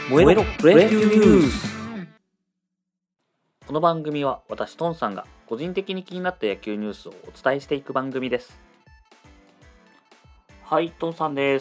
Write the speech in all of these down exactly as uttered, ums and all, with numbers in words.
燃えろプロ野球ニュース。この番組は私トンさんが個人的に気になった野球ニュースをお伝えしていく番組です。はい、トンさんです。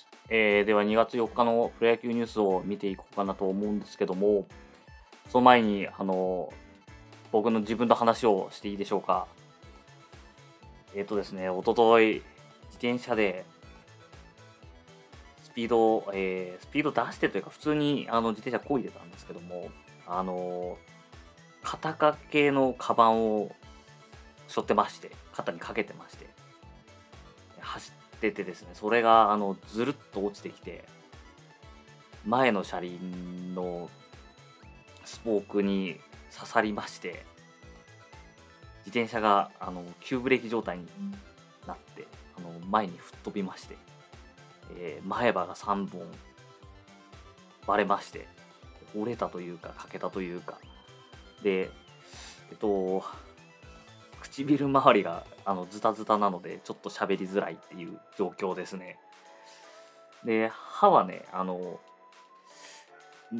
えー、ではにがつよっかのプロ野球ニュースを見ていこうかなと思うんですけども、その前にあの僕の自分の話をしていいでしょうか。えっ、ー、とですね、おととい自転車でスピードを、えー、スピード出してというか普通にあの自転車漕いでたんですけども、あの肩掛けのカバンを背負ってまして、肩にかけてまして、走っててですね、それがあのずるっと落ちてきて、前の車輪のスポークに刺さりまして、自転車があの急ブレーキ状態になって、あの前に吹っ飛びまして、えー前歯がさんぼん割れまして、折れたというか、欠けたというか、で、えっと、唇周りがあのズタズタなので、ちょっと喋りづらいっていう状況ですね。で、歯はね、あの、うん、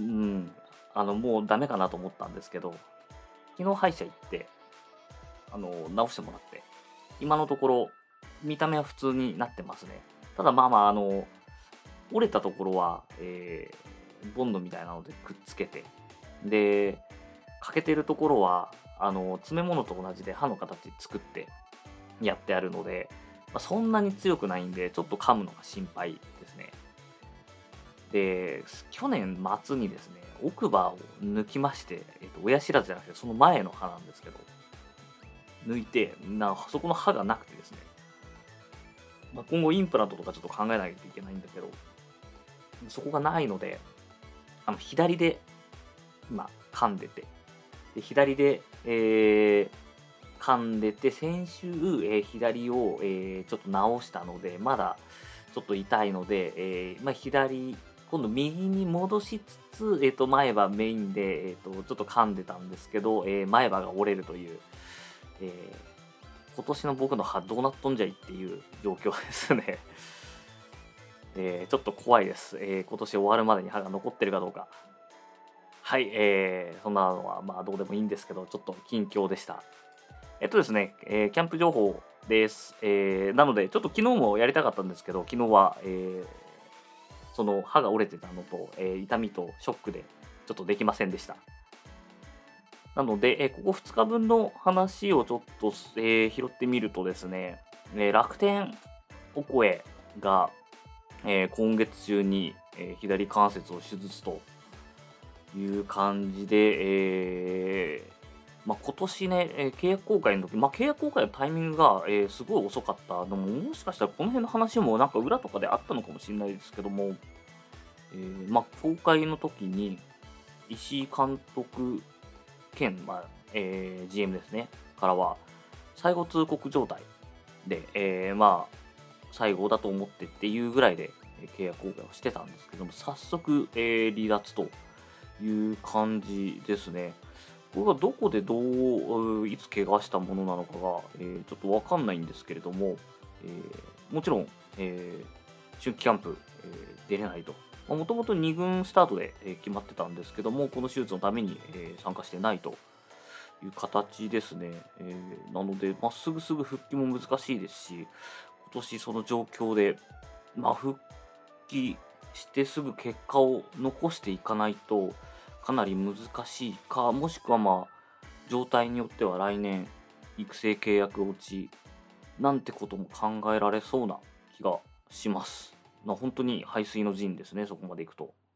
あの、もうダメかなと思ったんですけど、昨日歯医者行って、あの、直してもらって、今のところ、見た目は普通になってますね。ただまあまあ、あの、折れたところは、えーボンドみたいなのでくっつけて、で、欠けてるところは、あの、詰め物と同じで歯の形作ってやってあるので、まあ、そんなに強くないんで、ちょっと噛むのが心配ですね。で、去年末にですね、奥歯を抜きまして、えっと、親知らずじゃなくて、その前の歯なんですけど、抜いて、なそこの歯がなくてですね、まあ、今後インプラントとかちょっと考えないといけないんだけど、そこがないので、あの左で今噛んでて、で左で、えー噛んでて、先週、えー左を、えーちょっと直したので、まだちょっと痛いので、えーまあ、左、今度右に戻しつつ、えーと前歯メインで、えーとちょっと噛んでたんですけど、えー前歯が折れるという、えー今年の僕の歯どうなっとんじゃいっていう状況ですね。えーちょっと怖いです、えー今年終わるまでに歯が残ってるかどうか。はい、えーそんなのはまあどうでもいいんですけど、ちょっと近況でした。えっとですね、えーキャンプ情報です。えーなので、ちょっと昨日もやりたかったんですけど、昨日は、えーその歯が折れてたのと、えー痛みとショックでちょっとできませんでした。なので、えーここふつかぶんの話をちょっと、えー拾ってみるとですね、えー楽天オコエが、えー今月中に、えー左関節を手術という感じで、えーまあ、今年ね、えー契約更改の時、まあ、契約更改のタイミングが、えーすごい遅かったのも、もしかしたらこの辺の話もなんか裏とかであったのかもしれないですけども、えーまあ、公開の時に石井監督兼、まあえー ジーエム ですね、からは、最後通告状態で、えーまあ、最後だと思ってっていうぐらいで、えー契約更改をしてたんですけども、早速、えー離脱という感じですね。これがどこでどう、ういつ怪我したものなのかが、えーちょっとわかんないんですけれども、えーもちろん、えー春季キャンプ、えー出れないと。もともとに軍スタートで、えー決まってたんですけども、この手術のために、えー参加してないという形ですね。えーなので、まあ、すぐすぐ復帰も難しいですし、今年その状況で、まあ、復帰してすぐ結果を残していかないとかなり難しいか、もしくはまあ状態によっては来年育成契約落ちなんてことも考えられそうな気がします。まあ、本当に背水の陣ですね、そこまでいくと。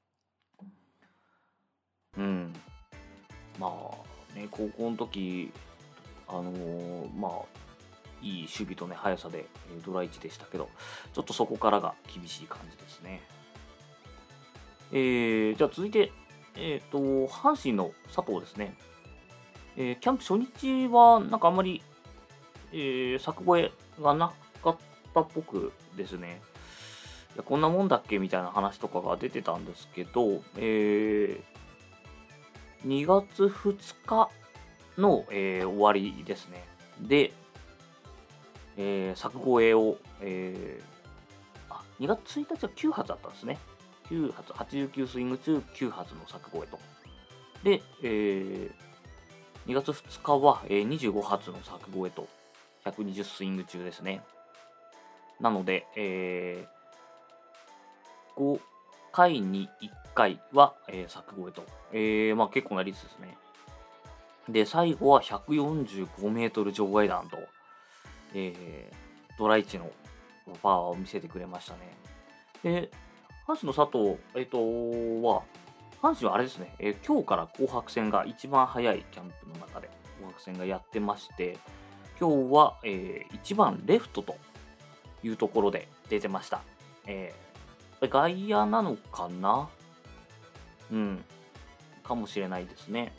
うん。まあね、高校の時、あのーまあ、いい守備とね、速さで、えードラいちでしたけど、ちょっとそこからが厳しい感じですね。えー、じゃあ続いて、えっ、と、阪神の佐藤ですね。えーキャンプ初日は、なんかあんまり、えー、柵越えがなかったっぽくですね。いや、こんなもんだっけみたいな話とかが出てたんですけど、えー、にがつふつかの、えー終わりですね。で、えー、柵越えを、えーあ、にがつついたちはきゅう発だったんですね。 きゅう発、はちじゅうきゅうスイング中きゅう発の柵越えと。で、えー、にがつふつかは、えー、にじゅうご発の柵越えと、ひゃくにじゅうスイング中ですね。なので、えー、ごかいにいっかいは、えー、柵越えと。えー、まあ結構な率ですね。で、最後はひゃくよんじゅうごメートル場外弾と、えー、ドライチのパワーを見せてくれましたね。で、阪神の佐藤、えっ、とは、阪神はあれですね、えー今日から紅白戦が一番早いキャンプの中で紅白戦がやってまして、今日は、えー、いちばんレフトというところで出てました。えー、外野なのかなうん、かもしれないですね。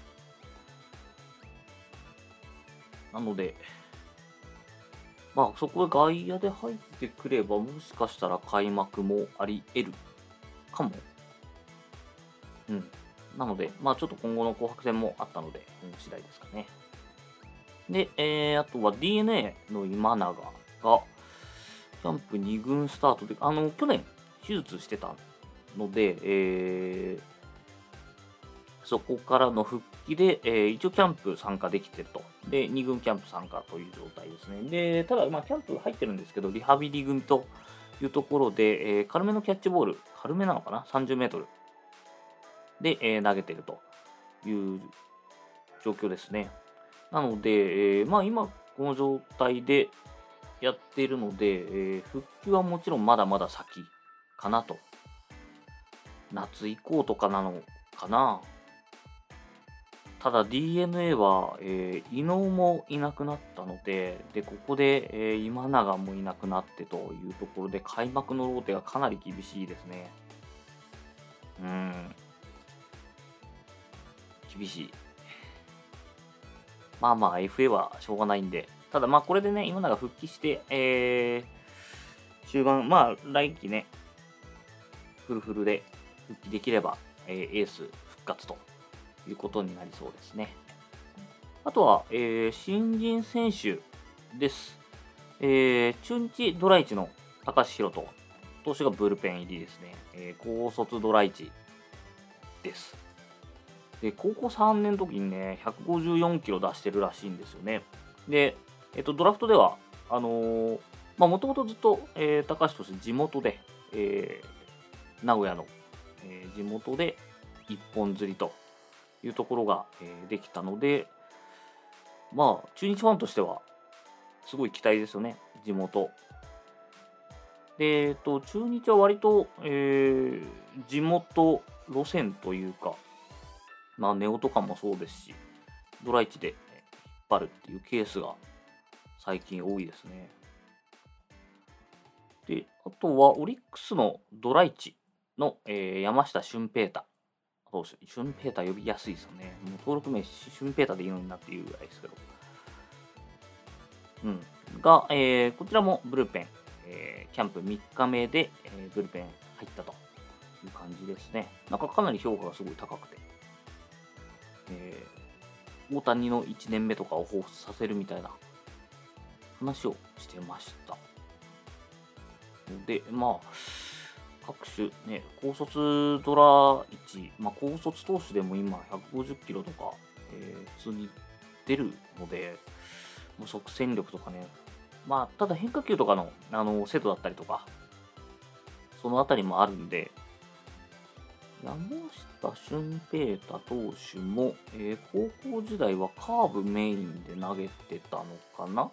なので、まあそこで外野で入ってくれば、もしかしたら開幕もあり得るかも。うん。なので、まあちょっと今後の紅白戦もあったので、今後次第ですかね。で、えー、あとは ディーエヌエー の今永が、キャンプに軍スタートで、あの、去年手術してたので、えー、そこからの復帰で、えー一応キャンプ参加できてると。で、に軍キャンプ参加という状態ですね。で、ただ、まあ、キャンプ入ってるんですけど、リハビリ組というところで、えー軽めのキャッチボール、軽めなのかな ?さんじゅうメートルで、えー投げてるという状況ですね。なので、えーまあ、今、この状態でやっているので、えー復帰はもちろんまだまだ先かなと。夏以降とかなのかな。ただ ディーエヌエー は、えー、伊野もいなくなったので、で、ここで、えー今永もいなくなってというところで、開幕のローテがかなり厳しいですね。うーん、厳しい。まあまあ、エフエー はしょうがないんで、ただまあ、これでね、今永復帰して、えー、終盤、まあ、来季ね、フルフルで復帰できれば、えーエース復活ということになりそうですね。あとは、えー新人選手です。えー中日ドライチの高橋宏斗投手がブルペン入りですね。えー高卒ドライチです。で、高校さんねんの時にね、ひゃくごじゅうよんキロ出してるらしいんですよね。で、えっと、ドラフトでは、あのーまあ、もともとずっと、えー高橋投手地元で、えー名古屋の、えー地元で一本釣りというところが、えーできたので、まあ、中日ファンとしては、すごい期待ですよね、地元。で、えっと、中日は割と、えー地元路線というか、まあ、ネオとかもそうですし、ドライチでえー引っ張るっていうケースが最近多いですね。で、あとはオリックスのドライチの、えー山下俊平太投手。俊平太呼びやすいですよね。もう登録名、俊平太でいいのになっていうぐらいですけど。うん。が、えーこちらもブルペン、えーキャンプみっかめで、えーブルペン入ったという感じですね。なんかかなり評価がすごい高くて、えー大谷のいちねんめとかを彷彿させるみたいな話をしてました。で、まあ、各種ね、高卒ドラいち、まあ、高卒投手でも今ひゃくごじゅっキロとか、えー普通に出るので、もう即戦力とかね、まあ、ただ変化球とかの、あの、精度だったりとか、そのあたりもあるんで、山下俊平太投手も、えー高校時代はカーブメインで投げてたのかな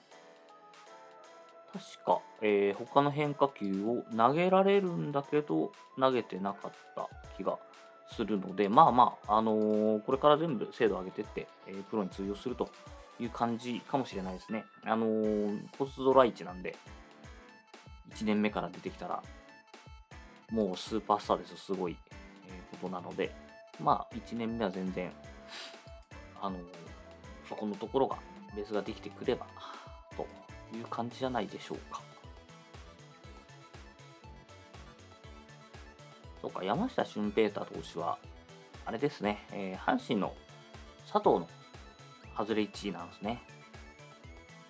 確か、えー他の変化球を投げられるんだけど、投げてなかった気がするので、まあまあ、あのーこれから全部精度を上げてって、えープロに通用するという感じかもしれないですね。あのー、ポストドラいちなんで、いちねんめから出てきたら、もうスーパースターですよ、すごい、えーことなので、まあ、いちねんめは全然、あのーそこのところが、ベースができてくれば、という感じじゃないでしょうか。そうか、山下俊平太投手は、あれですね、えー阪神の佐藤の外れいちいなんですね。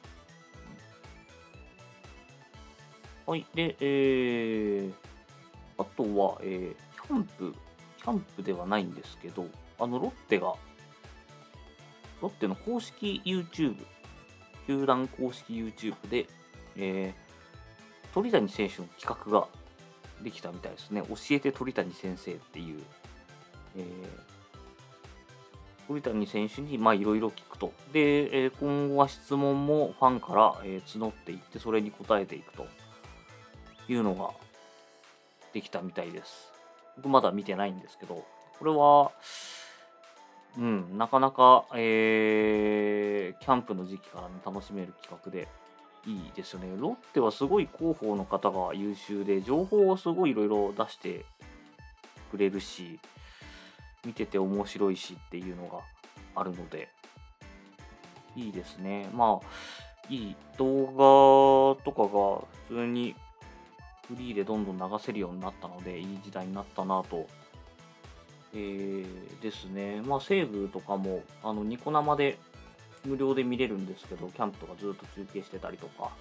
はい。で、えー、 あとは、えーキャンプ、キャンプではないんですけど、あの、ロッテが、ロッテの公式 YouTube、球団公式 YouTube で、えー鳥谷選手の企画ができたみたいですね。教えて鳥谷先生っていう、えー鳥谷選手にまあいろいろ聞くと。で、えー今後は質問もファンから、えー募っていって、それに答えていくというのができたみたいです。僕まだ見てないんですけど、これは、うん、なかなか、えーキャンプの時期からね、楽しめる企画でいいですよね。ロッテはすごい広報の方が優秀で、情報をすごいいろいろ出してくれるし、見てて面白いしっていうのがあるので、いいですね。まあ、いい動画とかが普通にフリーでどんどん流せるようになったので、いい時代になったなと。えー、ですね。まあ、西武とかも、あの、ニコ生で無料で見れるんですけど、キャンプとかずっと中継してたりとか。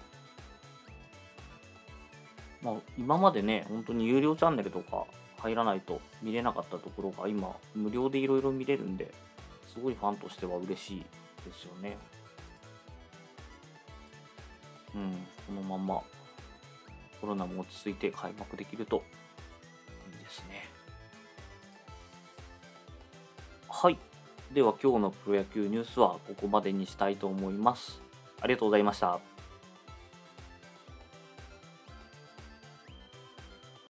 まあ、今までね、本当に有料チャンネルとか入らないと見れなかったところが、今、無料でいろいろ見れるんで、すごいファンとしては嬉しいですよね。うん、このままコロナも落ち着いて開幕できるといいですね。はい。では今日のプロ野球ニュースはここまでにしたいと思います。ありがとうございました。